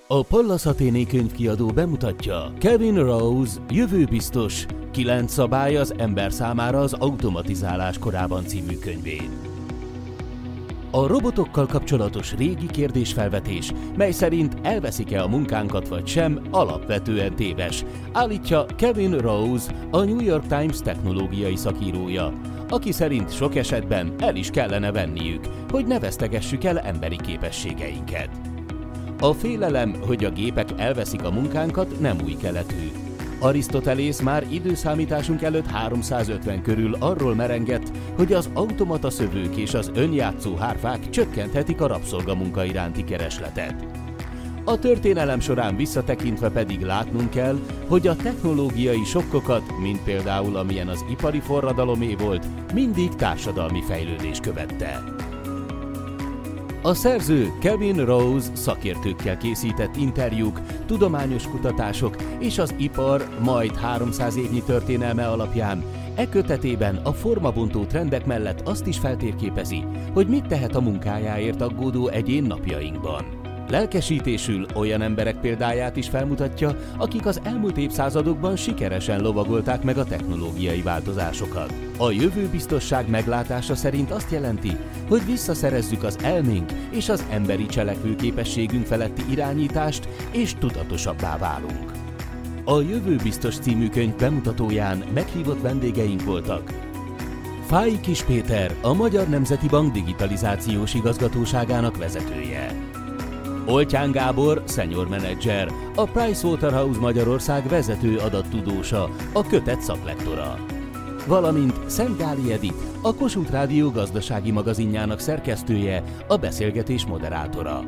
A Pallas Athéné könyvkiadó bemutatja Kevin Rose Jövőbiztos 9 szabály az ember számára az automatizálás korában című könyvét. A robotokkal kapcsolatos régi kérdésfelvetés, mely szerint elveszik-e a munkánkat vagy sem, alapvetően téves, állítja Kevin Rose, a New York Times technológiai szakírója, aki szerint sok esetben el is kellene venniük, hogy ne vesztegessük el emberi képességeinket. A félelem, hogy a gépek elveszik a munkánkat, nem új keletű. Arisztotelész már időszámításunk előtt 350 körül arról merengett, hogy az automata szövők és az önjátszó hárfák csökkenthetik a rabszolgamunka iránti keresletet. A történelem során visszatekintve pedig látnunk kell, hogy a technológiai sokkokat, mint például amilyen az ipari forradalomé volt, mindig társadalmi fejlődés követte. A szerző Kevin Rose szakértőkkel készített interjúk, tudományos kutatások és az ipar majd 300 évnyi történelme alapján kötetében a formabontó trendek mellett azt is feltérképezi, hogy mit tehet a munkájáért aggódó egyén napjainkban. Lelkesítésül olyan emberek példáját is felmutatja, akik az elmúlt évszázadokban sikeresen lovagolták meg a technológiai változásokat. A jövőbiztosság meglátása szerint azt jelenti, hogy visszaszerezzük az elménk és az emberi cselekvőképességünk feletti irányítást, és tudatosabbá válunk. A Jövőbiztos című könyv bemutatóján meghívott vendégeink voltak: Fáy Kis Péter, a Magyar Nemzeti Bank digitalizációs igazgatóságának vezetője, Oltyán Gábor, senior menedzser, a Pricewaterhouse Magyarország vezető adattudósa, a Kötet szaklektora, valamint Szent Gáli Edith, a Kossuth Rádió gazdasági magazinjának szerkesztője, a beszélgetés moderátora.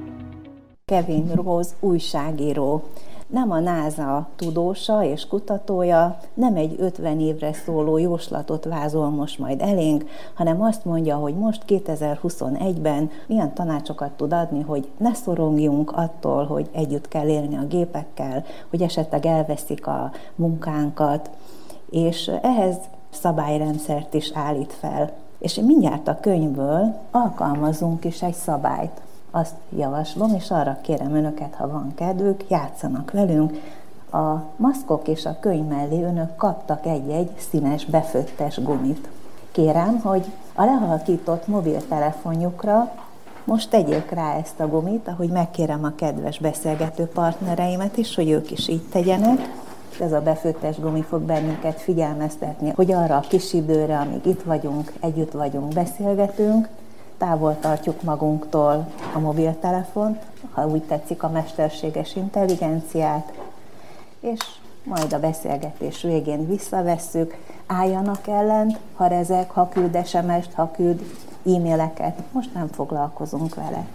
Kevin Rose újságíró. Nem a NASA tudósa és kutatója, nem egy 50 évre szóló jóslatot vázol most majd elénk, hanem azt mondja, hogy most 2021-ben milyen tanácsokat tud adni, hogy ne szorongjunk attól, hogy együtt kell élni a gépekkel, hogy esetleg elveszik a munkánkat, és ehhez szabályrendszert is állít fel. És mindjárt a könyvből alkalmazunk is egy szabályt. Azt javaslom, és arra kérem önöket, ha van kedvük, játszanak velünk. A maszkok és a könyv mellé önök kaptak egy-egy színes beföttes gumit. Kérem, hogy a lehalkított mobiltelefonjukra most tegyék rá ezt a gumit, ahogy megkérem a kedves beszélgető partnereimet is, hogy ők is így tegyenek. Ez a beföttes gumi fog bennünket figyelmeztetni, hogy arra a kis időre, amíg itt vagyunk, együtt vagyunk, beszélgetünk, távol tartjuk magunktól a mobiltelefont, ha úgy tetszik, a mesterséges intelligenciát, és majd a beszélgetés végén visszavesszük, álljanak ellent, ha rezeg, ha küld SMS-t, ha küld e-maileket, most nem foglalkozunk vele.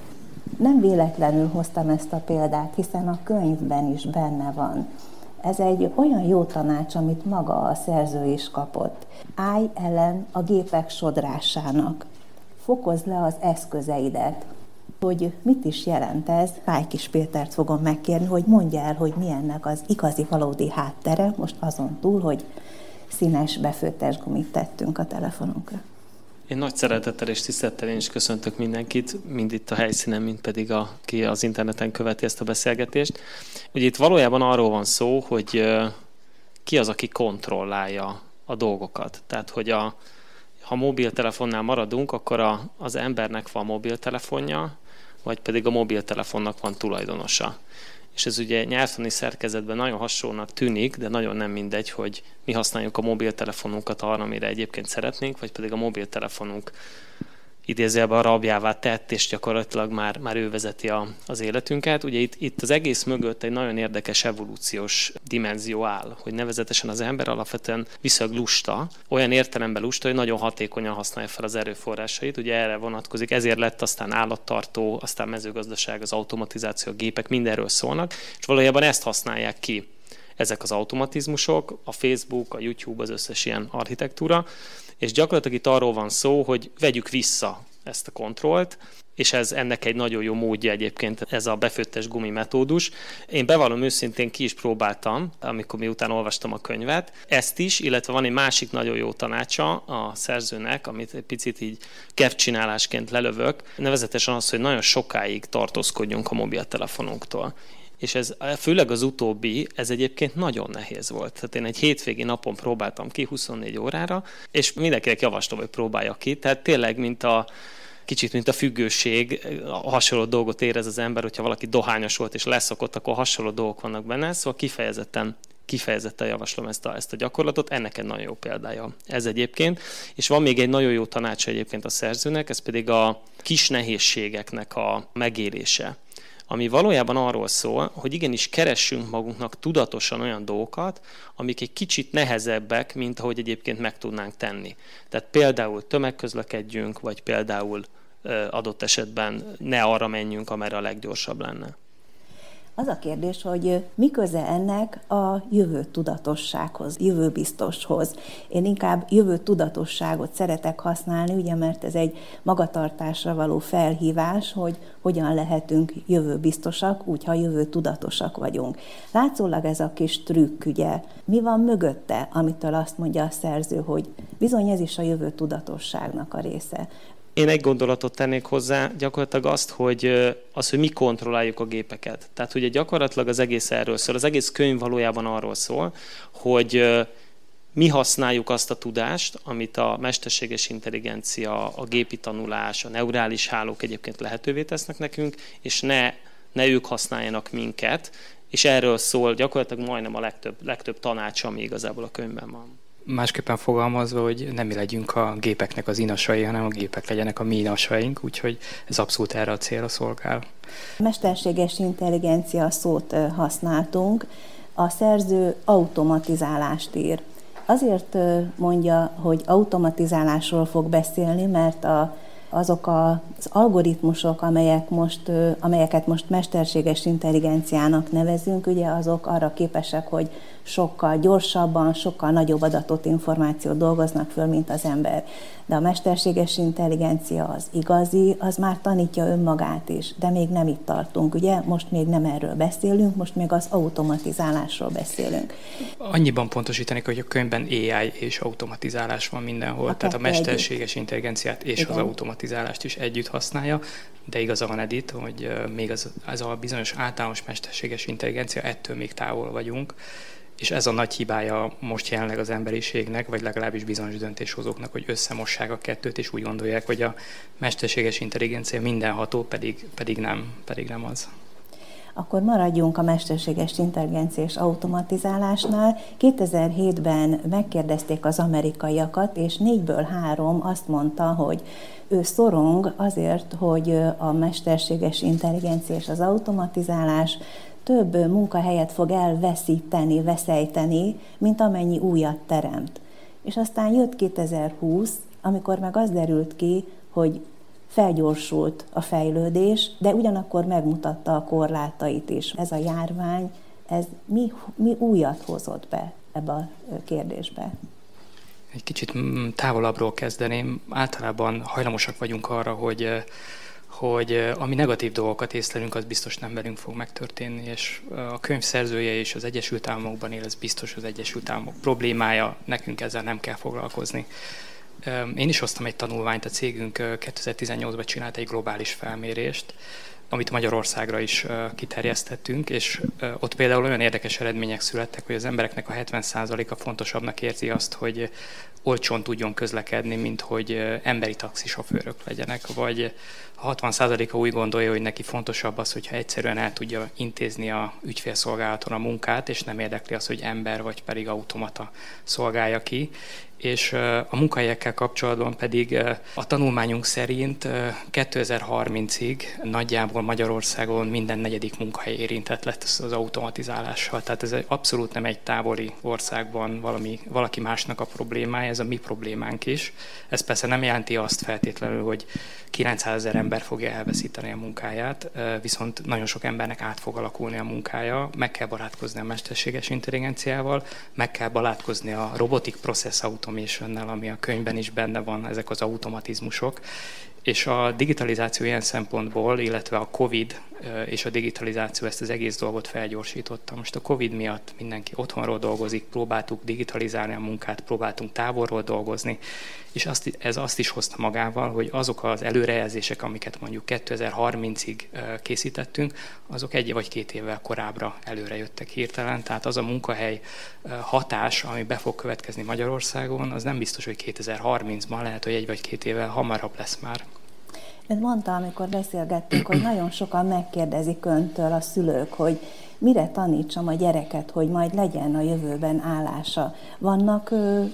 Nem véletlenül hoztam ezt a példát, hiszen a könyvben is benne van. Ez egy olyan jó tanács, amit maga a szerző is kapott. Állj ellen a gépek sodrásának. Fokozd le az eszközeidet. Hogy mit is jelent ez, Fáy Kis Pétert fogom megkérni, hogy mondja el, hogy mi ennek az igazi, valódi háttere, most azon túl, hogy színes beföttes gumit tettünk a telefonunkra. Én nagy szeretettel és tisztelettel én is köszöntök mindenkit, mind itt a helyszínen, mind pedig aki az interneten követi ezt a beszélgetést. Ugye itt valójában arról van szó, hogy ki az, aki kontrollálja a dolgokat. Tehát, hogy ha mobiltelefonnál maradunk, akkor az embernek van mobiltelefonja, vagy pedig a mobiltelefonnak van tulajdonosa. És ez ugye nyelvtani szerkezetben nagyon hasonlónak tűnik, de nagyon nem mindegy, hogy mi használjuk a mobiltelefonunkat arra, amire egyébként szeretnénk, vagy pedig a mobiltelefonunk idézőjelben a rabjává tett, és gyakorlatilag már ő vezeti az életünket. Ugye itt az egész mögött egy nagyon érdekes evolúciós dimenzió áll, hogy nevezetesen az ember alapvetően viszonylag lusta, olyan értelemben lusta, hogy nagyon hatékonyan használja fel az erőforrásait, ugye erre vonatkozik, ezért lett aztán állattartó, aztán mezőgazdaság, az automatizáció, a gépek, mindenről szólnak, és valójában ezt használják ki ezek az automatizmusok, a Facebook, a YouTube, az összes ilyen architektúra, és gyakorlatilag itt arról van szó, hogy vegyük vissza ezt a kontrollt, és ennek egy nagyon jó módja egyébként ez a befőttes gumi metódus. Én bevallom őszintén ki is próbáltam, amikor miután olvastam a könyvet. Ezt is, illetve van egy másik nagyon jó tanácsa a szerzőnek, amit egy picit így kertcsinálásként lelövök, nevezetesen az, hogy nagyon sokáig tartózkodjunk a mobiltelefonunktól. És ez főleg az utóbbi, ez egyébként nagyon nehéz volt. Tehát én egy hétvégi napon próbáltam ki 24 órára, és mindenkinek javaslom, hogy próbálja ki. Tehát tényleg, kicsit mint a függőség, hasonló dolgot érez az ember, hogyha valaki dohányos volt és leszokott, akkor hasonló dolgok vannak benne, szóval kifejezetten javaslom ezt a gyakorlatot, ennek egy nagyon jó példája ez egyébként. És van még egy nagyon jó tanácsa egyébként a szerzőnek, ez pedig a kis nehézségeknek a megélése, ami valójában arról szól, hogy igenis keressünk magunknak tudatosan olyan dolgokat, amik egy kicsit nehezebbek, mint ahogy egyébként meg tudnánk tenni. Tehát például tömegközlekedjünk, vagy például adott esetben ne arra menjünk, amerre a leggyorsabb lenne. Az a kérdés, hogy mi köze ennek a jövő tudatossághoz, jövőbiztoshoz. Én inkább jövő tudatosságot szeretek használni, ugye, mert ez egy magatartásra való felhívás, hogy hogyan lehetünk jövőbiztosak, úgyha jövő tudatosak vagyunk. Látszólag ez a kis trükk, ugye, mi van mögötte, amitől azt mondja a szerző, hogy bizony ez is a jövő tudatosságnak a része. Én egy gondolatot tennék hozzá, gyakorlatilag azt, hogy mi kontrolláljuk a gépeket. Tehát ugye gyakorlatilag az egész erről szól. Az egész könyv valójában arról szól, hogy mi használjuk azt a tudást, amit a mesterséges intelligencia, a gépi tanulás, a neurális hálók egyébként lehetővé tesznek nekünk, és ne ők használjanak minket, és erről szól gyakorlatilag majdnem a legtöbb tanács, ami igazából a könyvben van. Másképpen fogalmazva, hogy nem mi legyünk a gépeknek az inasai, hanem a gépek legyenek a mi inasaink, úgyhogy ez abszolút erre a célra szolgál. Mesterséges intelligencia szót használtunk, a szerző automatizálást ír. Azért mondja, hogy automatizálásról fog beszélni, mert azok az algoritmusok, amelyeket most mesterséges intelligenciának nevezünk, ugye azok arra képesek, hogy sokkal gyorsabban, sokkal nagyobb adatot, információt dolgoznak föl, mint az ember. De a mesterséges intelligencia az igazi, az már tanítja önmagát is, de még nem itt tartunk, ugye? Most még nem erről beszélünk, most még az automatizálásról beszélünk. Annyiban pontosítanék, hogy a könyvben AI és automatizálás van mindenhol, tehát a mesterséges intelligenciát és az automatizálást is együtt használja, de igaza van Edith, hogy még ez a bizonyos általános mesterséges intelligencia, ettől még távol vagyunk, és ez a nagy hibája most jelenleg az emberiségnek, vagy legalábbis bizonyos döntéshozóknak, hogy összemossák a kettőt, és úgy gondolják, hogy a mesterséges intelligencia mindenható, pedig nem az. Akkor maradjunk a mesterséges intelligencia és automatizálásnál. 2007-ben megkérdezték az amerikaiakat, és 4-ből 3 azt mondta, hogy ő szorong azért, hogy a mesterséges intelligencia és az automatizálás több munkahelyet fog veszejteni, mint amennyi újat teremt. És aztán jött 2020, amikor meg az derült ki, hogy felgyorsult a fejlődés, de ugyanakkor megmutatta a korlátait is. Ez a járvány, ez mi újat hozott be ebbe a kérdésbe? Egy kicsit távolabbról kezdeném. Általában hajlamosak vagyunk arra, hogy ami negatív dolgokat észlelünk, az biztos nem velünk fog megtörténni, és a könyv szerzője és az Egyesült Államokban él, ez biztos az Egyesült Államok problémája, nekünk ezzel nem kell foglalkozni. Én is hoztam egy tanulmányt, a cégünk 2018-ban csinált egy globális felmérést, amit Magyarországra is kiterjesztettünk, és ott például olyan érdekes eredmények születtek, hogy az embereknek a 70%-a fontosabbnak érzi azt, hogy olcsón tudjon közlekedni, mint hogy emberi taxisofőrök legyenek, vagy a 60%-a úgy gondolja, hogy neki fontosabb az, hogyha egyszerűen el tudja intézni a ügyfélszolgálaton a munkát, és nem érdekli az, hogy ember vagy pedig automata szolgálja ki. És a munkahelyekkel kapcsolatban pedig a tanulmányunk szerint 2030-ig nagyjából Magyarországon minden 4. munkahely érintett lett az automatizálással. Tehát ez abszolút nem egy távoli országban valaki másnak a problémája, ez a mi problémánk is. Ez persze nem jelenti azt feltétlenül, hogy 900 000 ember fogja elveszíteni a munkáját, viszont nagyon sok embernek át fog alakulni a munkája, meg kell barátkozni a mesterséges intelligenciával, meg kell barátkozni a robotic process automationnel, ami a könyvben is benne van, ezek az automatizmusok, És a digitalizáció ilyen szempontból, illetve a Covid és a digitalizáció ezt az egész dolgot felgyorsította. Most a Covid miatt mindenki otthonról dolgozik, próbáltuk digitalizálni a munkát, próbáltunk távolról dolgozni, és ez azt is hozta magával, hogy azok az előrejelzések, amiket mondjuk 2030-ig készítettünk, azok 1 vagy 2 évvel korábbra előre jöttek hirtelen. Tehát az a munkahely hatás, ami be fog következni Magyarországon, az nem biztos, hogy 2030-ban, lehet, hogy 1 vagy 2 évvel hamarabb lesz már. Ön mondta, amikor beszélgettünk, hogy nagyon sokan megkérdezik öntől a szülők, hogy mire tanítsam a gyereket, hogy majd legyen a jövőben állása. Vannak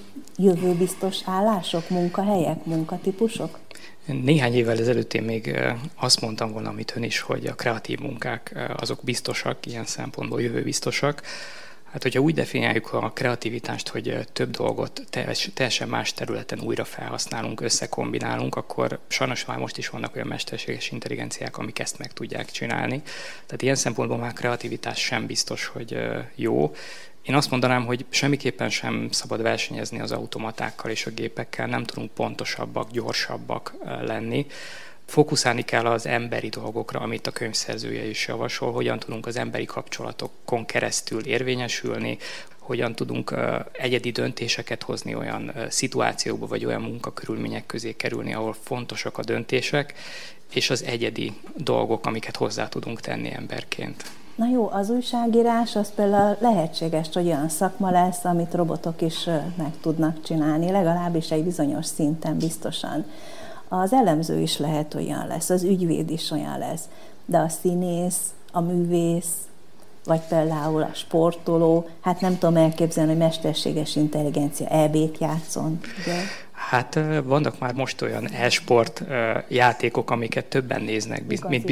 jövőbiztos állások, munkahelyek, munkatípusok? Néhány évvel ezelőtt én még azt mondtam volna, amit ön is, hogy a kreatív munkák azok biztosak, ilyen szempontból jövőbiztosak. Hát, hogyha úgy definiáljuk a kreativitást, hogy több dolgot teljesen más területen újra felhasználunk, összekombinálunk, akkor sajnos már most is vannak olyan mesterséges intelligenciák, amik ezt meg tudják csinálni. Tehát ilyen szempontból már kreativitás sem biztos, hogy jó. Én azt mondanám, hogy semmiképpen sem szabad versenyezni az automatákkal és a gépekkel, nem tudunk pontosabbak, gyorsabbak lenni. Fókuszálni kell az emberi dolgokra, amit a könyvszerzője is javasol, hogyan tudunk az emberi kapcsolatokon keresztül érvényesülni, hogyan tudunk egyedi döntéseket hozni olyan szituációkba, vagy olyan munkakörülmények közé kerülni, ahol fontosak a döntések, és az egyedi dolgok, amiket hozzá tudunk tenni emberként. Na jó, az újságírás az például lehetséges, hogy olyan szakma lesz, amit robotok is meg tudnak csinálni, legalábbis egy bizonyos szinten biztosan. Az elemző is lehet olyan lesz, az ügyvéd is olyan lesz, de a színész, a művész, vagy például a sportoló, hát nem tudom elképzelni, hogy mesterséges intelligencia EB-t játszon, ugye? Hát vannak már most olyan e-sport játékok, amiket többen néznek,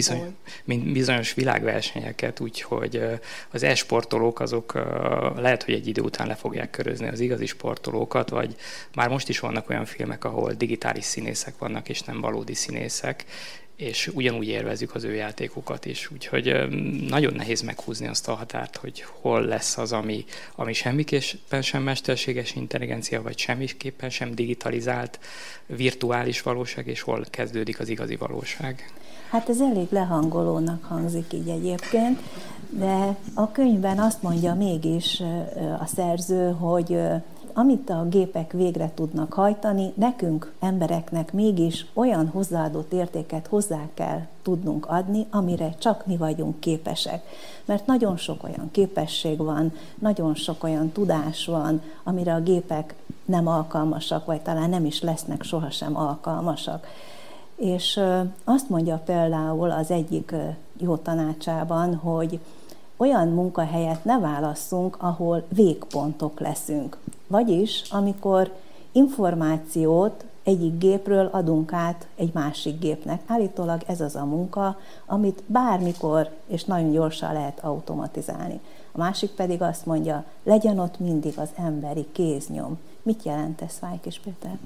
mint bizonyos világversenyeket, úgyhogy az e-sportolók azok lehet, hogy egy idő után le fogják körözni az igazi sportolókat, vagy már most is vannak olyan filmek, ahol digitális színészek vannak, és nem valódi színészek, és ugyanúgy élvezzük az ő játékokat is. Úgyhogy nagyon nehéz meghúzni azt a határt, hogy hol lesz az, ami semmiképpen sem mesterséges intelligencia, vagy semmiképpen sem digitalizált virtuális valóság, és hol kezdődik az igazi valóság. Hát ez elég lehangolónak hangzik így egyébként, de a könyvben azt mondja mégis a szerző, hogy amit a gépek végre tudnak hajtani, nekünk, embereknek mégis olyan hozzáadott értéket hozzá kell tudnunk adni, amire csak mi vagyunk képesek. Mert nagyon sok olyan képesség van, nagyon sok olyan tudás van, amire a gépek nem alkalmasak, vagy talán nem is lesznek sohasem alkalmasak. És azt mondja például az egyik jó tanácsában, hogy olyan munkahelyet ne válasszunk, ahol végpontok leszünk. Vagyis, amikor információt egyik gépről adunk át egy másik gépnek. Állítólag ez az a munka, amit bármikor és nagyon gyorsan lehet automatizálni. A másik pedig azt mondja, legyen ott mindig az emberi kéznyom. Mit jelent ez, Vájkis Péter?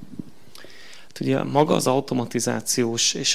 Ugye maga az automatizációs és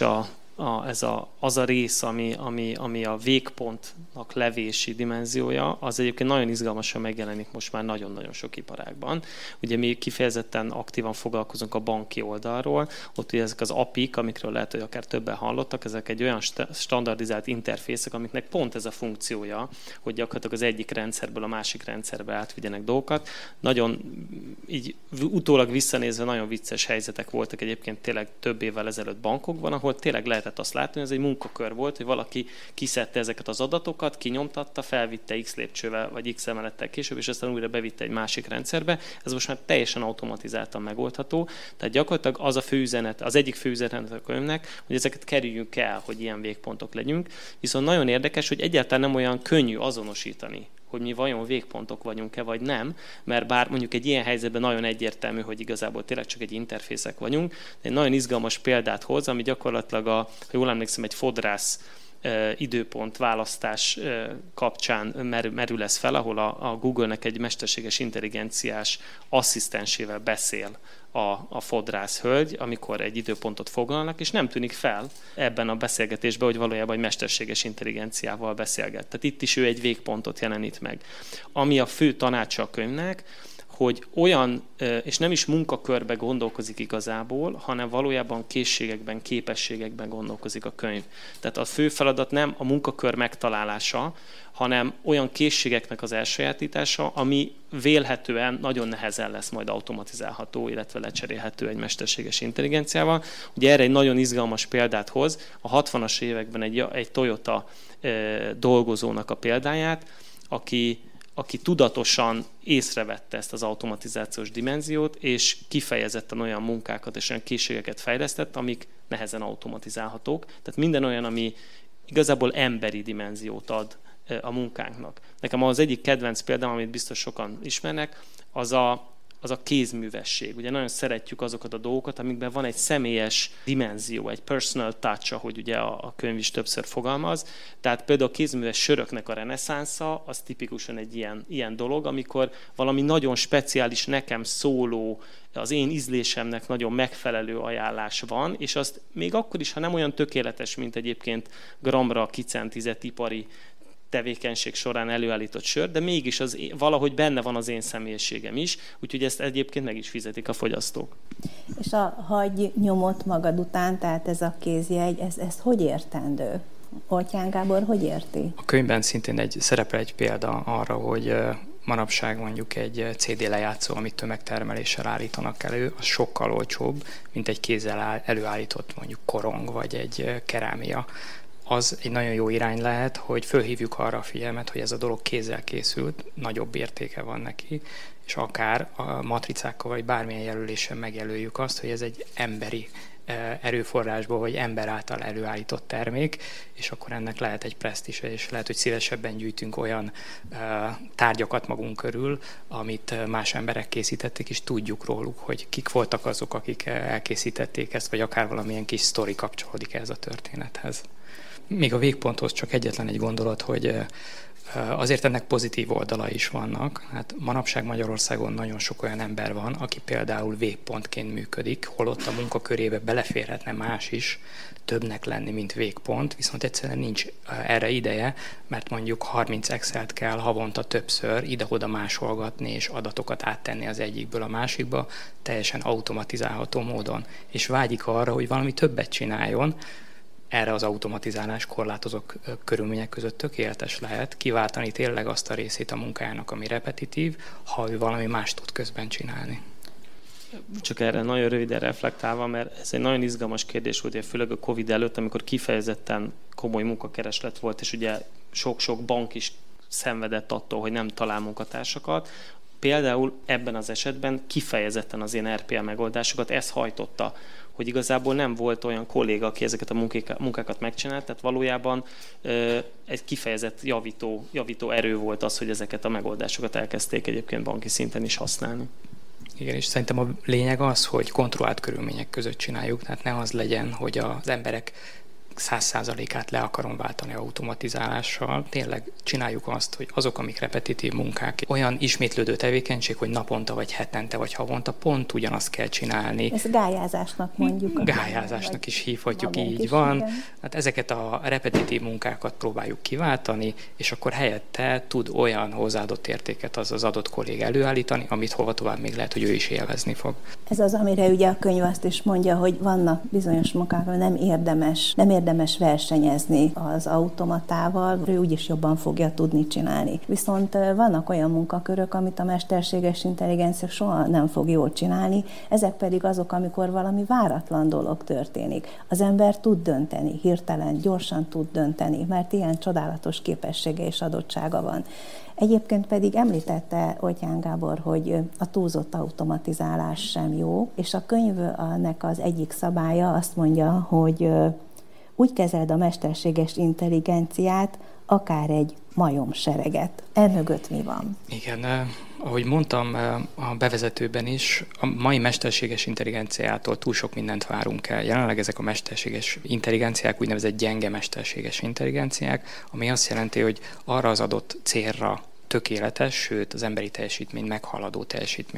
az a rész, ami a végpontnak levési dimenziója, az egyébként nagyon izgalmasan megjelenik most már nagyon-nagyon sok iparágban. Ugye mi kifejezetten aktívan foglalkozunk a banki oldalról, ott ugye ezek az API-k, amikről lehet, hogy akár többen hallottak, ezek egy olyan standardizált interfészek, amiknek pont ez a funkciója, hogy gyakorlatilag az egyik rendszerből a másik rendszerbe átvigyenek dolgokat. Nagyon így utólag visszanézve nagyon vicces helyzetek voltak egyébként tényleg több évvel ezelőtt bankokban, ahol tényleg lehetett azt látni, hogy ez egy munkakör volt, hogy valaki kiszedte ezeket az adatokat, kinyomtatta, felvitte X lépcsővel vagy X emelettel később, és aztán újra bevitte egy másik rendszerbe. Ez most már teljesen automatizáltan megoldható. Tehát gyakorlatilag az a főüzenet, az egyik főüzenet a könyvnek, hogy ezeket kerüljünk el, hogy ilyen végpontok legyünk. Viszont nagyon érdekes, hogy egyáltalán nem olyan könnyű azonosítani, hogy mi vajon végpontok vagyunk-e, vagy nem, mert bár mondjuk egy ilyen helyzetben nagyon egyértelmű, hogy igazából tényleg csak egy interfészek vagyunk, de egy nagyon izgalmas példát hoz, ami gyakorlatilag, ha jól emlékszem, egy fodrász időpont választás kapcsán merül ez fel, ahol a Google-nek egy mesterséges intelligenciás asszisztensével beszél a fodrász hölgy, amikor egy időpontot foglalnak, és nem tűnik fel ebben a beszélgetésben, hogy valójában egy mesterséges intelligenciával beszélget. Tehát itt is ő egy végpontot jelenít meg. Ami a fő tanácsa a könyvnek, hogy olyan, és nem is munkakörbe gondolkozik igazából, hanem valójában készségekben, képességekben gondolkozik a könyv. Tehát a fő feladat nem a munkakör megtalálása, hanem olyan készségeknek az elsajátítása, ami vélhetően nagyon nehezen lesz majd automatizálható, illetve lecserélhető egy mesterséges intelligenciával. Ugye erre egy nagyon izgalmas példát hoz, a 60-as években egy Toyota dolgozónak a példáját, aki tudatosan észrevette ezt az automatizációs dimenziót, és kifejezetten olyan munkákat és olyan készségeket fejlesztett, amik nehezen automatizálhatók. Tehát minden olyan, ami igazából emberi dimenziót ad a munkánknak. Nekem az egyik kedvenc példám, amit biztos sokan ismernek, az a kézművesség. Ugye nagyon szeretjük azokat a dolgokat, amikben van egy személyes dimenzió, egy personal touch, ahogy ugye a könyv is többször fogalmaz. Tehát például a kézműves söröknek a reneszánsza, az tipikusan egy ilyen dolog, amikor valami nagyon speciális, nekem szóló, az én ízlésemnek nagyon megfelelő ajánlás van, és azt még akkor is, ha nem olyan tökéletes, mint egyébként gramra kicentizett ipari tevékenység során előállított sör, de mégis valahogy benne van az én személyiségem is, úgyhogy ezt egyébként meg is fizetik a fogyasztók. És a hagy nyomot magad után, tehát ez a kézjegy, ez hogy értendő? Oltyán Gábor, hogy érti? A könyvben szintén szerepel egy példa arra, hogy manapság mondjuk egy CD lejátszó, amit tömegtermeléssel állítanak elő, az sokkal olcsóbb, mint egy kézzel előállított mondjuk korong vagy egy kerámia. Az egy nagyon jó irány lehet, hogy fölhívjuk arra a figyelmet, hogy ez a dolog kézzel készült, nagyobb értéke van neki, és akár a matricákkal vagy bármilyen jelölésen megjelöljük azt, hogy ez egy emberi erőforrásból, vagy ember által előállított termék, és akkor ennek lehet egy presztízse, és lehet, hogy szívesebben gyűjtünk olyan tárgyakat magunk körül, amit más emberek készítették, és tudjuk róluk, hogy kik voltak azok, akik elkészítették ezt, vagy akár valamilyen kis sztori kapcsolódik ehhez a történethez. Még a végponthoz csak egyetlen egy gondolat, hogy azért ennek pozitív oldala is vannak. Hát manapság Magyarországon nagyon sok olyan ember van, aki például végpontként működik, holott a munkakörébe beleférhetne más is, többnek lenni, mint végpont, viszont egyszerűen nincs erre ideje, mert mondjuk 30 Excelt kell havonta többször ide-oda másolgatni és adatokat áttenni az egyikből a másikba, teljesen automatizálható módon. És vágyik arra, hogy valami többet csináljon. Erre az automatizálás korlátozó körülmények között tökéletes lehet kiváltani tényleg azt a részét a munkájának, ami repetitív, ha ő valami más tud közben csinálni. Csak erre nagyon röviden reflektálva, mert ez egy nagyon izgalmas kérdés volt, főleg a Covid előtt, amikor kifejezetten komoly munkakereslet volt, és ugye sok-sok bank is szenvedett attól, hogy nem talál munkatársakat. Például ebben az esetben kifejezetten az ilyen RPA megoldásokat ez hajtotta, hogy igazából nem volt olyan kolléga, aki ezeket a munkákat megcsinált, tehát valójában egy kifejezett javító erő volt az, hogy ezeket a megoldásokat elkezdték egyébként banki szinten is használni. Igen, és szerintem a lényeg az, hogy kontrollált körülmények között csináljuk, tehát ne az legyen, hogy az emberek 100%-át le akarom váltani automatizálással. Tényleg csináljuk azt, hogy azok, amik repetitív munkák, olyan ismétlődő tevékenység, hogy naponta, vagy hetente, vagy havonta pont ugyanazt kell csinálni. Ezt gályázásnak mondjuk. Gályázásnak is hívhatjuk, így is, van. Hát ezeket a repetitív munkákat próbáljuk kiváltani, és akkor helyette tud olyan hozzáadott értéket az adott kolléga előállítani, amit hova tovább még lehet, hogy ő is élvezni fog. Ez az, amire ugye a könyv azt is mondja, hogy vannak bizonyos munkákról nem érdemes versenyezni az automatával, ő úgyis jobban fogja tudni csinálni. Viszont vannak olyan munkakörök, amit a mesterséges intelligencia soha nem fog jól csinálni, ezek pedig azok, amikor valami váratlan dolog történik. Az ember tud dönteni, hirtelen, gyorsan tud dönteni, mert ilyen csodálatos képessége és adottsága van. Egyébként pedig említette Oltyán Gábor, hogy a túlzott automatizálás sem jó, és a könyvnek az egyik szabálya azt mondja, hogy úgy kezeld a mesterséges intelligenciát, akár egy majomsereget. Emögött mi van? Igen, ahogy mondtam a bevezetőben is, a mai mesterséges intelligenciától túl sok mindent várunk el. Jelenleg ezek a mesterséges intelligenciák úgynevezett gyenge mesterséges intelligenciák, ami azt jelenti, hogy arra az adott célra tökéletes, sőt az emberi teljesítmény meghaladó teljesítményt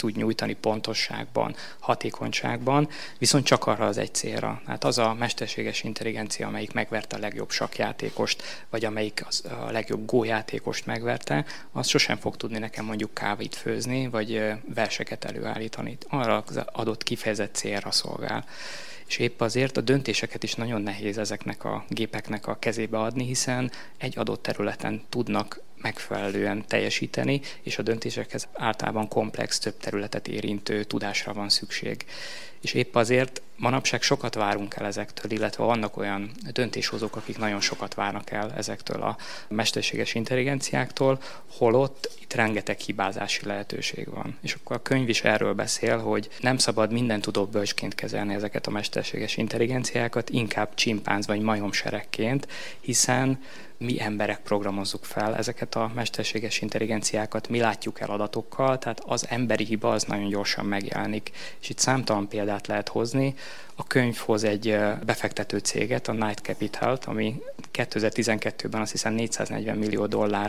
tud nyújtani pontosságban, hatékonyságban, viszont csak arra az egy célra. Hát az a mesterséges intelligencia, amelyik megverte a legjobb sakkjátékost, vagy amelyik a legjobb gójátékost megverte, az sosem fog tudni nekem mondjuk kávét főzni, vagy verseket előállítani. Arra az adott kifejezett célra szolgál. És épp azért a döntéseket is nagyon nehéz ezeknek a gépeknek a kezébe adni, hiszen egy adott területen tudnak megfelelően teljesíteni, és a döntésekhez általában komplex, több területet érintő tudásra van szükség. És épp azért manapság sokat várunk el ezektől, illetve vannak olyan döntéshozók, akik nagyon sokat várnak el ezektől a mesterséges intelligenciáktól, holott itt rengeteg hibázási lehetőség van. És akkor a könyv is erről beszél, hogy nem szabad mindentudó bölcsként kezelni ezeket a mesterséges intelligenciákat, inkább csimpánz vagy majomseregként, hiszen mi emberek programozzuk fel ezeket a mesterséges intelligenciákat, mi látjuk el adatokkal, tehát az emberi hiba az nagyon gyorsan megjelenik. És itt számtalan példát lehet hozni. A könyv hoz egy befektető céget, a Knight Capital-t, ami 2012-ben azt hiszem $440 millió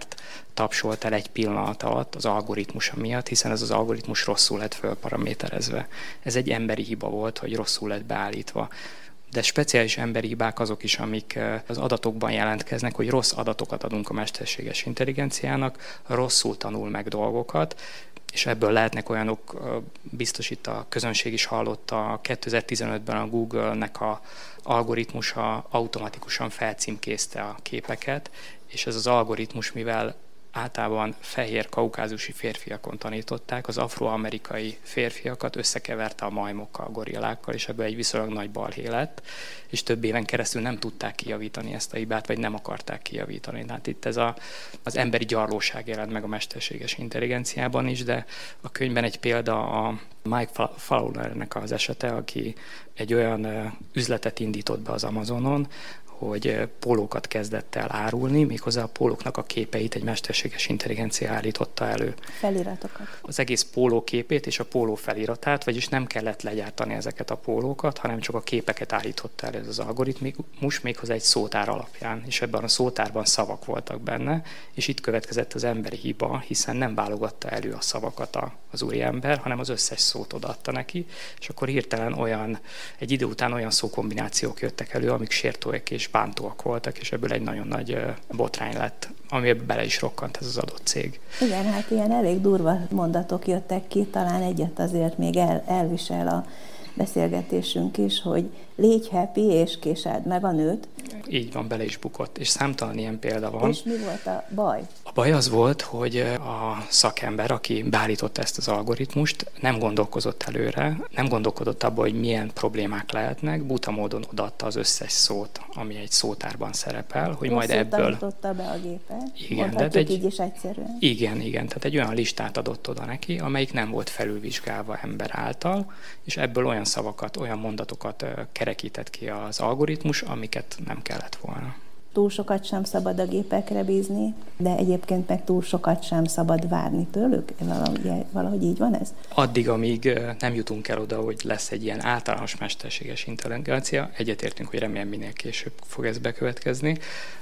tapsolt el egy pillanat alatt az algoritmusa miatt, hiszen ez az algoritmus rosszul lett fölparaméterezve. Ez egy emberi hiba volt, hogy rosszul lett beállítva. De speciális emberi hibák azok is, amik az adatokban jelentkeznek, hogy rossz adatokat adunk a mesterséges intelligenciának, rosszul tanul meg dolgokat, és ebből lehetnek olyanok, biztos itt a közönség is hallotta, 2015-ben a Google-nek a algoritmusa automatikusan felcímkézte a képeket, és ez az algoritmus, mivel általában fehér kaukázusi férfiakon tanították, az afroamerikai férfiakat összekeverte a majmokkal, gorillákkal, és ebből egy viszonylag nagy balhé lett, és több éven keresztül nem tudták kijavítani ezt a hibát, vagy nem akarták kijavítani. Tehát itt ez az emberi gyarlóság jelent meg a mesterséges intelligenciában is, de a könyvben egy példa a Mike Fowlernek az esete, aki egy olyan üzletet indított be az Amazonon, hogy pólókat kezdett el árulni, méghozzá a pólóknak a képeit egy mesterséges intelligencia állította elő. Feliratokat. Az egész póló képét és a póló feliratát, vagyis nem kellett legyártani ezeket a pólókat, hanem csak a képeket állította elő ez az algoritmus, méghozzá egy szótár alapján, és ebben a szótárban szavak voltak benne, és itt következett az emberi hiba, hiszen nem válogatta elő a szavakat az úriember, hanem az összes szót odaadta neki, és akkor hirtelen egy idő után olyan szókombinációk jöttek elő, amik sértőek és bántóak voltak, és ebből egy nagyon nagy botrány lett, amiben bele is rokkant ez az adott cég. Igen, hát ilyen elég durva mondatok jöttek ki, talán egyet azért még elvisel a beszélgetésünk is, hogy légy happy és késeld meg a nőt. Így van, bele is bukott, és számtalan ilyen példa van. És mi volt a baj? A baj az volt, hogy a szakember, aki beállította ezt az algoritmust, nem gondolkozott előre, nem gondolkodott abban, hogy milyen problémák lehetnek, buta módon odaadta az összes szót, ami egy szótárban szerepel, hogy rosszul majd ebből... tanította be a gépet. Igen, de így is egyszerűen. Igen, tehát egy olyan listát adott oda neki, amelyik nem volt felülvizsgálva ember által, és ebből olyan szavakat, olyan mondatokat kerekített ki az algoritmus, amiket nem kellett volna. Túl sokat sem szabad a gépekre bízni, de egyébként meg túl sokat sem szabad várni tőlük? Valahogy így van ez? Addig, amíg nem jutunk el oda, hogy lesz egy ilyen általános mesterséges intelligencia, egyetértünk, hogy remélem minél később fog ez bekövetkezni,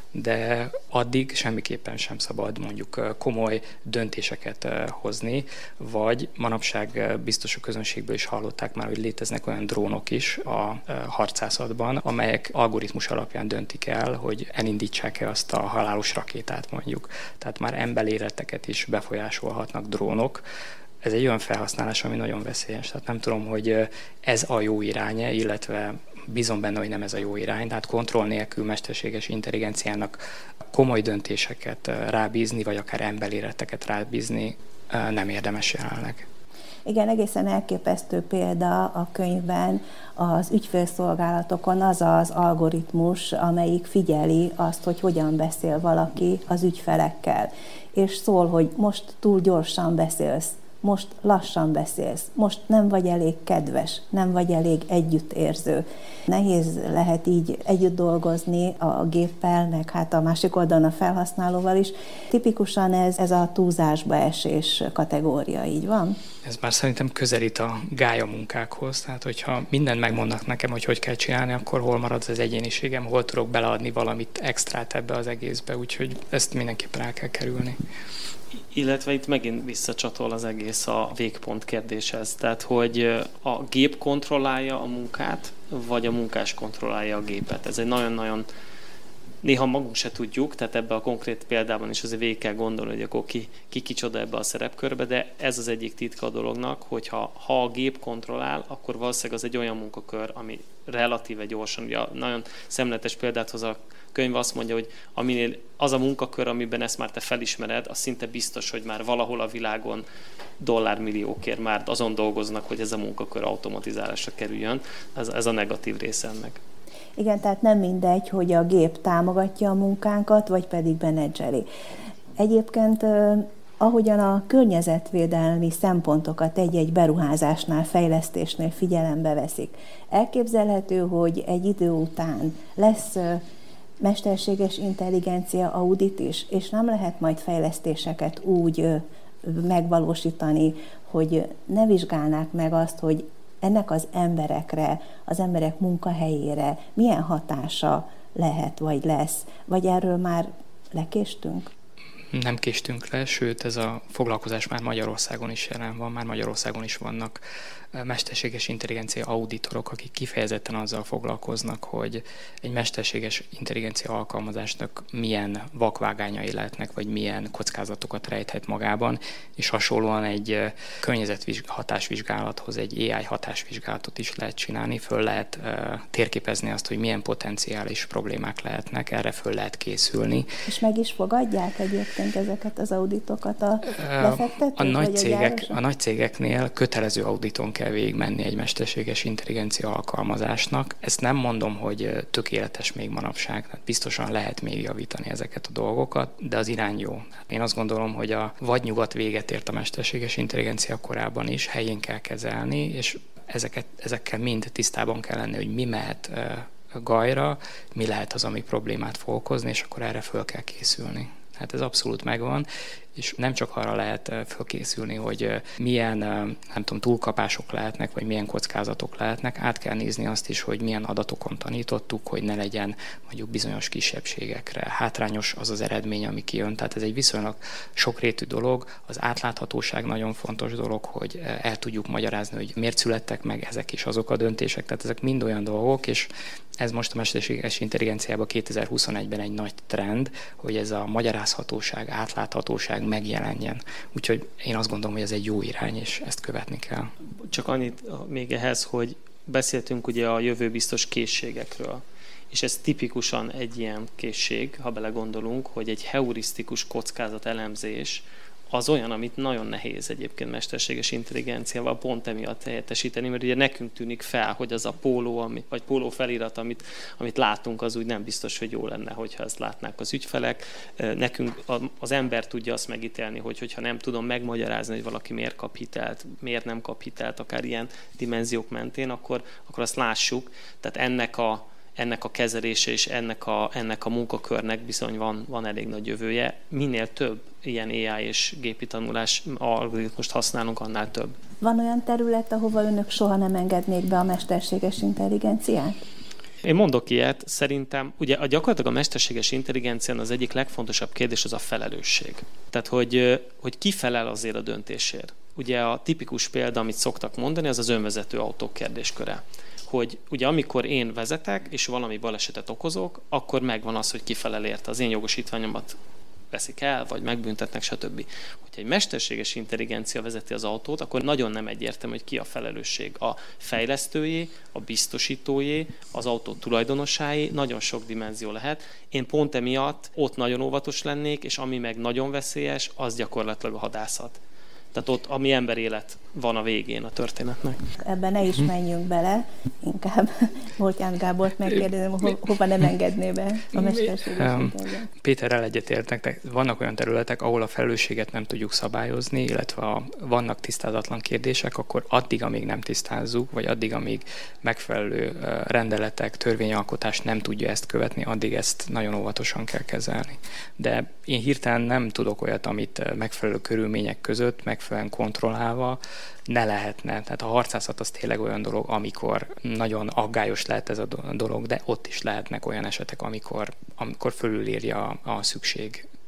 de addig semmiképpen sem szabad mondjuk komoly döntéseket hozni, vagy manapság biztos a közönségből is hallották már, hogy léteznek olyan drónok is a harcászatban, amelyek algoritmus alapján döntik el, hogy elindítsák-e azt a halálos rakétát mondjuk. Tehát már emberéleteket is befolyásolhatnak drónok. Ez egy olyan felhasználás, ami nagyon veszélyes. Tehát nem tudom, hogy ez a jó irány, illetve bízom benne, hogy nem ez a jó irány, tehát kontroll nélkül mesterséges intelligenciának komoly döntéseket rábízni, vagy akár emberéleteket rábízni nem érdemes jelenleg. Igen, egészen elképesztő példa a könyvben az ügyfélszolgálatokon az az algoritmus, amelyik figyeli azt, hogy hogyan beszél valaki az ügyfelekkel, és szól, hogy most túl gyorsan beszélsz, most lassan beszélsz, most nem vagy elég kedves, nem vagy elég együttérző. Nehéz lehet így együtt dolgozni a géppel, meg hát a másik oldalon a felhasználóval is. Tipikusan ez a túlzásba esés kategória, így van? Ez már szerintem közelít a gályamunkákhoz, tehát hogyha mindent megmondnak nekem, hogy kell csinálni, akkor hol marad az egyéniségem, hol tudok beleadni valamit extrát ebbe az egészbe, úgyhogy ezt mindenképpen el kell kerülni. Illetve itt megint visszacsatol az egész a végpont kérdéshez. Tehát, hogy a gép kontrollálja a munkát, vagy a munkás kontrollálja a gépet. Ez egy nagyon-nagyon, néha magunk se tudjuk, tehát ebben a konkrét példában is azért végig kell gondolni, hogy akkor ki kicsoda ebbe a szerepkörbe, de ez az egyik titka a dolognak, hogy ha a gép kontrollál, akkor valószínűleg az egy olyan munkakör, ami relatíve gyorsan, ugye nagyon szemletes példát hoz a könyv, azt mondja, hogy aminél az a munkakör, amiben ezt már te felismered, az szinte biztos, hogy már valahol a világon dollármilliókért már azon dolgoznak, hogy ez a munkakör automatizálásra kerüljön. Ez a negatív része ennek. Igen, tehát nem mindegy, hogy a gép támogatja a munkánkat, vagy pedig menedzseli. Egyébként, ahogyan a környezetvédelmi szempontokat egy-egy beruházásnál, fejlesztésnél figyelembe veszik, elképzelhető, hogy egy idő után lesz mesterséges intelligencia audit is, és nem lehet majd fejlesztéseket úgy megvalósítani, hogy ne vizsgálnák meg azt, hogy ennek az emberekre, az emberek munkahelyére milyen hatása lehet, vagy lesz, vagy erről már lekéstünk? Nem késtünk le, sőt ez a foglalkozás már Magyarországon is jelen van, már Magyarországon is vannak mesterséges intelligencia auditorok, akik kifejezetten azzal foglalkoznak, hogy egy mesterséges intelligencia alkalmazásnak milyen vakvágányai lehetnek, vagy milyen kockázatokat rejthet magában, és hasonlóan egy környezethatásvizsgálathoz egy AI hatásvizsgálatot is lehet csinálni, föl lehet térképezni azt, hogy milyen potenciális problémák lehetnek, erre föl lehet készülni. És meg is fogadják egyébként ezeket az auditokat a befektetők? A nagy cégeknél kötelező auditon kell végigmenni egy mesterséges intelligencia alkalmazásnak. Ezt nem mondom, hogy tökéletes még manapság, biztosan lehet még javítani ezeket a dolgokat, de az irány jó. Én azt gondolom, hogy a vadnyugat véget ért a mesterséges intelligencia korában is, helyén kell kezelni, és ezekkel mind tisztában kell lenni, hogy mi mehet gajra, mi lehet az, ami problémát fog okozni, és akkor erre föl kell készülni. Hát ez abszolút megvan, és nem csak arra lehet fölkészülni, hogy milyen, nem tudom, túlkapások lehetnek, vagy milyen kockázatok lehetnek, át kell nézni azt is, hogy milyen adatokon tanítottuk, hogy ne legyen mondjuk bizonyos kisebbségekre hátrányos az az eredmény, ami kijön. Tehát ez egy viszonylag sokrétű dolog, az átláthatóság nagyon fontos dolog, hogy el tudjuk magyarázni, hogy miért születtek meg ezek is azok a döntések, tehát ezek mind olyan dolgok, és ez most a mesterséges intelligenciában 2021-ben egy nagy trend, hogy ez a magyarázhatóság, átláthatóság megjelenjen. Úgyhogy én azt gondolom, hogy ez egy jó irány, és ezt követni kell. Csak annyit még ehhez, hogy beszéltünk ugye a jövőbiztos készségekről, és ez tipikusan egy ilyen készség, ha belegondolunk, hogy egy heurisztikus kockázat elemzés az olyan, amit nagyon nehéz egyébként mesterséges intelligenciával pont emiatt helyettesíteni, mert ugye nekünk tűnik fel, hogy az a póló, vagy póló felirat, amit látunk, az úgy nem biztos, hogy jó lenne, hogyha ezt látnák az ügyfelek. Nekünk az ember tudja azt megítélni, hogyha nem tudom megmagyarázni, hogy valaki miért kap hitelt, miért nem kap hitelt, akár ilyen dimenziók mentén, akkor azt lássuk. Tehát ennek a kezelése és ennek a munkakörnek bizony van elég nagy jövője. Minél több ilyen AI és gépi tanulás algoritmust használunk, annál több. Van olyan terület, ahova önök soha nem engednék be a mesterséges intelligenciát? Én mondok ilyet, szerintem, ugye gyakorlatilag a mesterséges intelligencián az egyik legfontosabb kérdés az a felelősség. Tehát, hogy ki felel azért a döntésért. Ugye a tipikus példa, amit szoktak mondani, az az önvezető autók kérdésköre. Hogy ugye amikor én vezetek, és valami balesetet okozok, akkor megvan az, hogy ki felel érte. Az én jogosítványomat veszik el, vagy megbüntetnek, stb. Hogyha egy mesterséges intelligencia vezeti az autót, akkor nagyon nem egyértelmű, hogy ki a felelősség. A fejlesztőjé, a biztosítójé, az autó tulajdonosáé, nagyon sok dimenzió lehet. Én pont emiatt ott nagyon óvatos lennék, és ami meg nagyon veszélyes, az gyakorlatilag a hadászat. Tehát ott, ami emberélet van a végén a történetnek. Ebben ne is menjünk bele, inkább Moltján Gábort megkérdezem, hova nem engedné be a mesterséges intelligenciát. Péterrel egyetértek, vannak olyan területek, ahol a felelősséget nem tudjuk szabályozni, illetve vannak tisztázatlan kérdések, akkor addig, amíg nem tisztázzuk, vagy addig, amíg megfelelő rendeletek, törvényalkotás nem tudja ezt követni, addig ezt nagyon óvatosan kell kezelni. De én hirtelen nem tudok olyat, amit megfelelő körülmények között, megfelelően kontrollálva ne lehetne. Tehát a harcászat az tényleg olyan dolog, amikor nagyon aggályos lehet ez a dolog, de ott is lehetnek olyan esetek, amikor fölülírja a szükség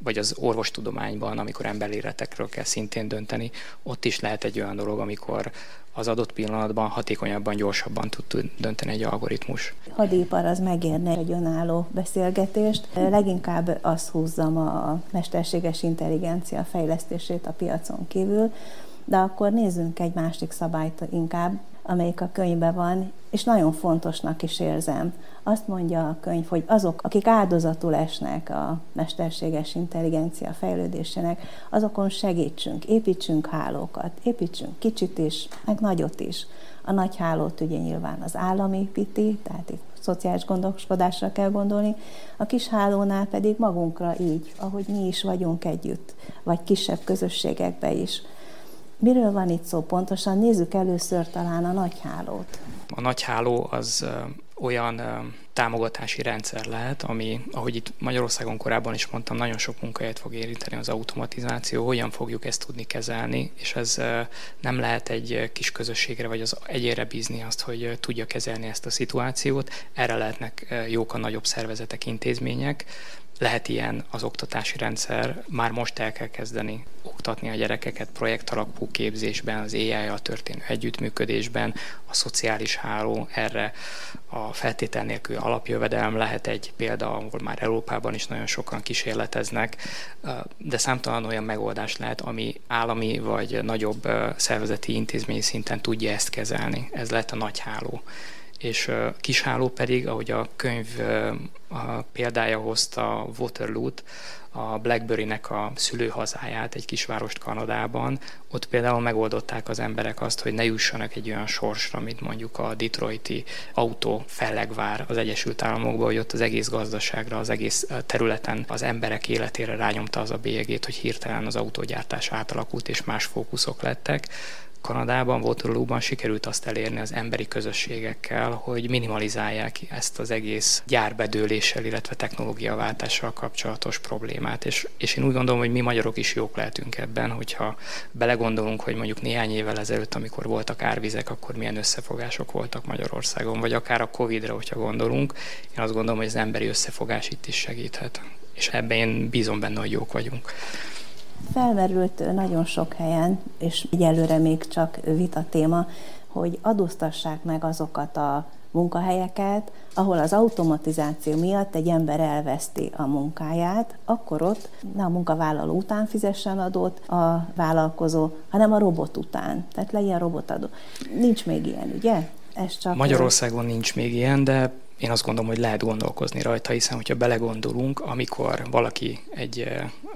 vagy az orvostudományban, amikor emberéletekről kell szintén dönteni, ott is lehet egy olyan dolog, amikor az adott pillanatban hatékonyabban, gyorsabban tud dönteni egy algoritmus. Hadipar az megérne egy önálló beszélgetést. Leginkább azt húzzam a mesterséges intelligencia fejlesztését a piacon kívül, de akkor nézzünk egy másik szabályt inkább, amelyik a könyvben van, és nagyon fontosnak is érzem. Azt mondja a könyv, hogy azok, akik áldozatul esnek a mesterséges intelligencia fejlődésének, azokon segítsünk, építsünk hálókat, építsünk kicsit is, meg nagyot is. A nagy hálót ugye nyilván az állam építi, tehát itt szociális gondoskodásra kell gondolni, a kis hálónál pedig magunkra így, ahogy mi is vagyunk együtt, vagy kisebb közösségekbe is. Miről van itt szó pontosan? Nézzük először talán a nagy hálót. A nagy háló az olyan támogatási rendszer lehet, ami, ahogy itt Magyarországon korábban is mondtam, nagyon sok munkahelyet fog érinteni az automatizáció, hogyan fogjuk ezt tudni kezelni, és ez nem lehet egy kis közösségre vagy az egyénre bízni azt, hogy tudja kezelni ezt a szituációt. Erre lehetnek jók a nagyobb szervezetek, intézmények. Lehet ilyen az oktatási rendszer, már most el kell kezdeni oktatni a gyerekeket projektalapú képzésben, az AI-jal történő együttműködésben, a szociális háló, erre a feltétel nélkül alapjövedelem lehet egy példa, ahol már Európában is nagyon sokan kísérleteznek, de számtalan olyan megoldás lehet, ami állami vagy nagyobb szervezeti intézmény szinten tudja ezt kezelni. Ez lehet a nagy háló. És kis háló pedig, ahogy a könyv példája hozta Waterloo-t, a BlackBerry-nek a szülőhazáját, egy kisvárost Kanadában, ott például megoldották az emberek azt, hogy ne jussanak egy olyan sorsra, mint mondjuk a detroiti autó fellegvár az Egyesült Államokban, hogy ott az egész gazdaságra, az egész területen az emberek életére rányomta az a bélyegét, hogy hirtelen az autógyártás átalakult és más fókuszok lettek. Kanadában, Waterloo-ban sikerült azt elérni az emberi közösségekkel, hogy minimalizálják ezt az egész gyárbedőléssel, illetve technológiaváltással kapcsolatos problémát. És én úgy gondolom, hogy mi magyarok is jók lehetünk ebben, hogyha belegondolunk, hogy mondjuk néhány évvel ezelőtt, amikor voltak árvizek, akkor milyen összefogások voltak Magyarországon, vagy akár a Covid-ra, hogyha gondolunk. Én azt gondolom, hogy az emberi összefogás itt is segíthet. És ebben én bízom benne, hogy jók vagyunk. Felmerült nagyon sok helyen, és egyelőre még csak vita téma, hogy adóztassák meg azokat a munkahelyeket, ahol az automatizáció miatt egy ember elveszti a munkáját, akkor ott ne a munkavállaló után fizessen adót a vállalkozó, hanem a robot után. Tehát legyen robotadó. Nincs még ilyen, ugye? Ez csak Magyarországon nincs még ilyen, de én azt gondolom, hogy lehet gondolkozni rajta, hiszen hogyha belegondolunk, amikor valaki egy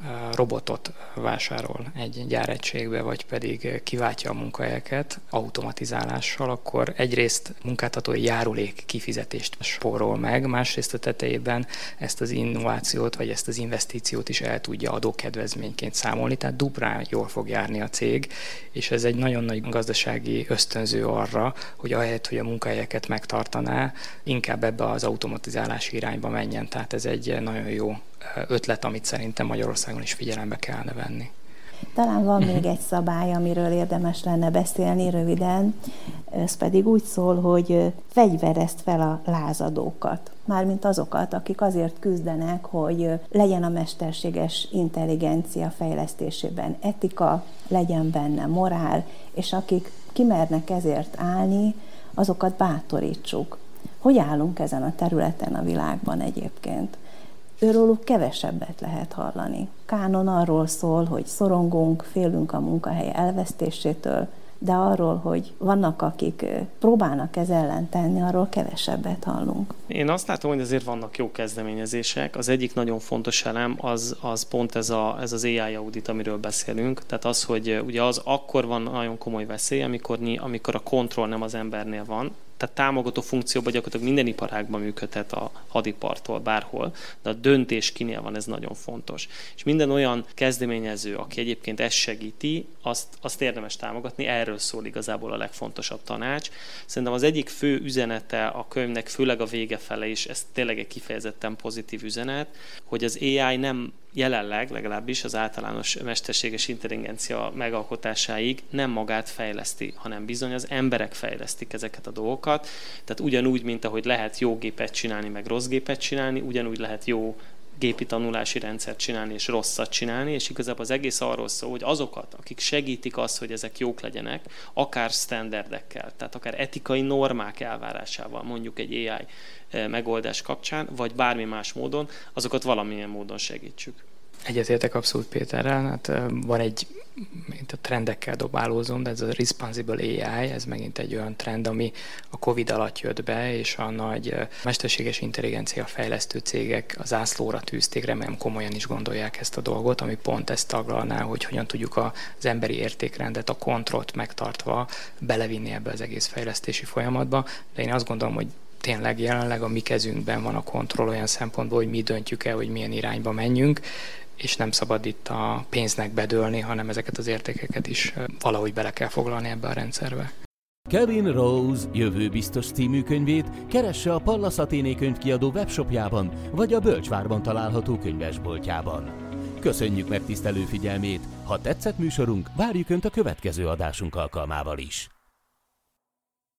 robotot vásárol egy gyáregységbe, vagy pedig kiváltja a munkahelyeket automatizálással, akkor egyrészt munkáltatói járulék kifizetést spórol meg, másrészt a tetejében ezt az innovációt, vagy ezt az investíciót is el tudja adókedvezményként számolni, tehát duplán jól fog járni a cég, és ez egy nagyon nagy gazdasági ösztönző arra, hogy ahelyett, hogy a munkahelyeket megtartaná, inkább ebbe az automatizálási irányba menjen. Tehát ez egy nagyon jó ötlet, amit szerintem Magyarországon is figyelembe kellene venni. Talán van még egy szabály, amiről érdemes lenne beszélni röviden, ez pedig úgy szól, hogy fegyverezd fel a lázadókat. Mármint azokat, akik azért küzdenek, hogy legyen a mesterséges intelligencia fejlesztésében etika, legyen benne morál, és akik kimernek ezért állni, azokat bátorítsuk. Hogy állunk ezen a területen a világban egyébként? Őróluk kevesebbet lehet hallani. Kánon arról szól, hogy szorongunk, félünk a munkahely elvesztésétől, de arról, hogy vannak, akik próbálnak ez ellen tenni, arról kevesebbet hallunk. Én azt látom, hogy azért vannak jó kezdeményezések. Az egyik nagyon fontos elem az pont ez az AI audit, amiről beszélünk. Tehát az, hogy ugye az akkor van nagyon komoly veszély, amikor a kontroll nem az embernél van. Tehát támogató funkcióban gyakorlatilag minden iparágban működhet a hadipartól bárhol, de a döntés kinél van, ez nagyon fontos. És minden olyan kezdeményező, aki egyébként ezt segíti, azt érdemes támogatni, erről szól igazából a legfontosabb tanács. Szerintem az egyik fő üzenete a könyvnek, főleg a vége fele is, ez tényleg egy kifejezetten pozitív üzenet, hogy az AI nem jelenleg, legalábbis az általános mesterséges intelligencia megalkotásáig nem magát fejleszti, hanem bizony az emberek fejlesztik ezeket a dolgokat. Tehát ugyanúgy, mint ahogy lehet jó gépet csinálni, meg rossz gépet csinálni, ugyanúgy lehet jó gépi tanulási rendszert csinálni és rosszat csinálni, és igazából az egész arról szól, hogy azokat, akik segítik azt, hogy ezek jók legyenek, akár standardekkel, tehát akár etikai normák elvárásával, mondjuk egy AI megoldás kapcsán, vagy bármi más módon, azokat valamilyen módon segítsük. Egyetértek abszolút Péterrel, hát van egy, mint a trendekkel dobálózom, de ez a Responsible AI, ez megint egy olyan trend, ami a Covid alatt jött be, és a nagy mesterséges intelligencia fejlesztő cégek az zászlóra tűzték, remélem komolyan is gondolják ezt a dolgot, ami pont ezt taglalná, hogy hogyan tudjuk az emberi értékrendet, a kontrollt megtartva belevinni ebbe az egész fejlesztési folyamatba, de én azt gondolom, hogy tényleg jelenleg a mi kezünkben van a kontroll olyan szempontból, hogy mi döntjük el, hogy milyen irányba menjünk, és nem szabad itt a pénznek bedőlni, hanem ezeket az értékeket is valahogy bele kell foglalni ebbe a rendszerbe. Kevin Rose jövőbiztos című könyvét keresse a Pallas Athéné könyvkiadó webshopjában, vagy a Bölcsvárban található könyvesboltjában. Köszönjük megtisztelő figyelmét! Ha tetszett műsorunk, várjuk Önt a következő adásunk alkalmával is!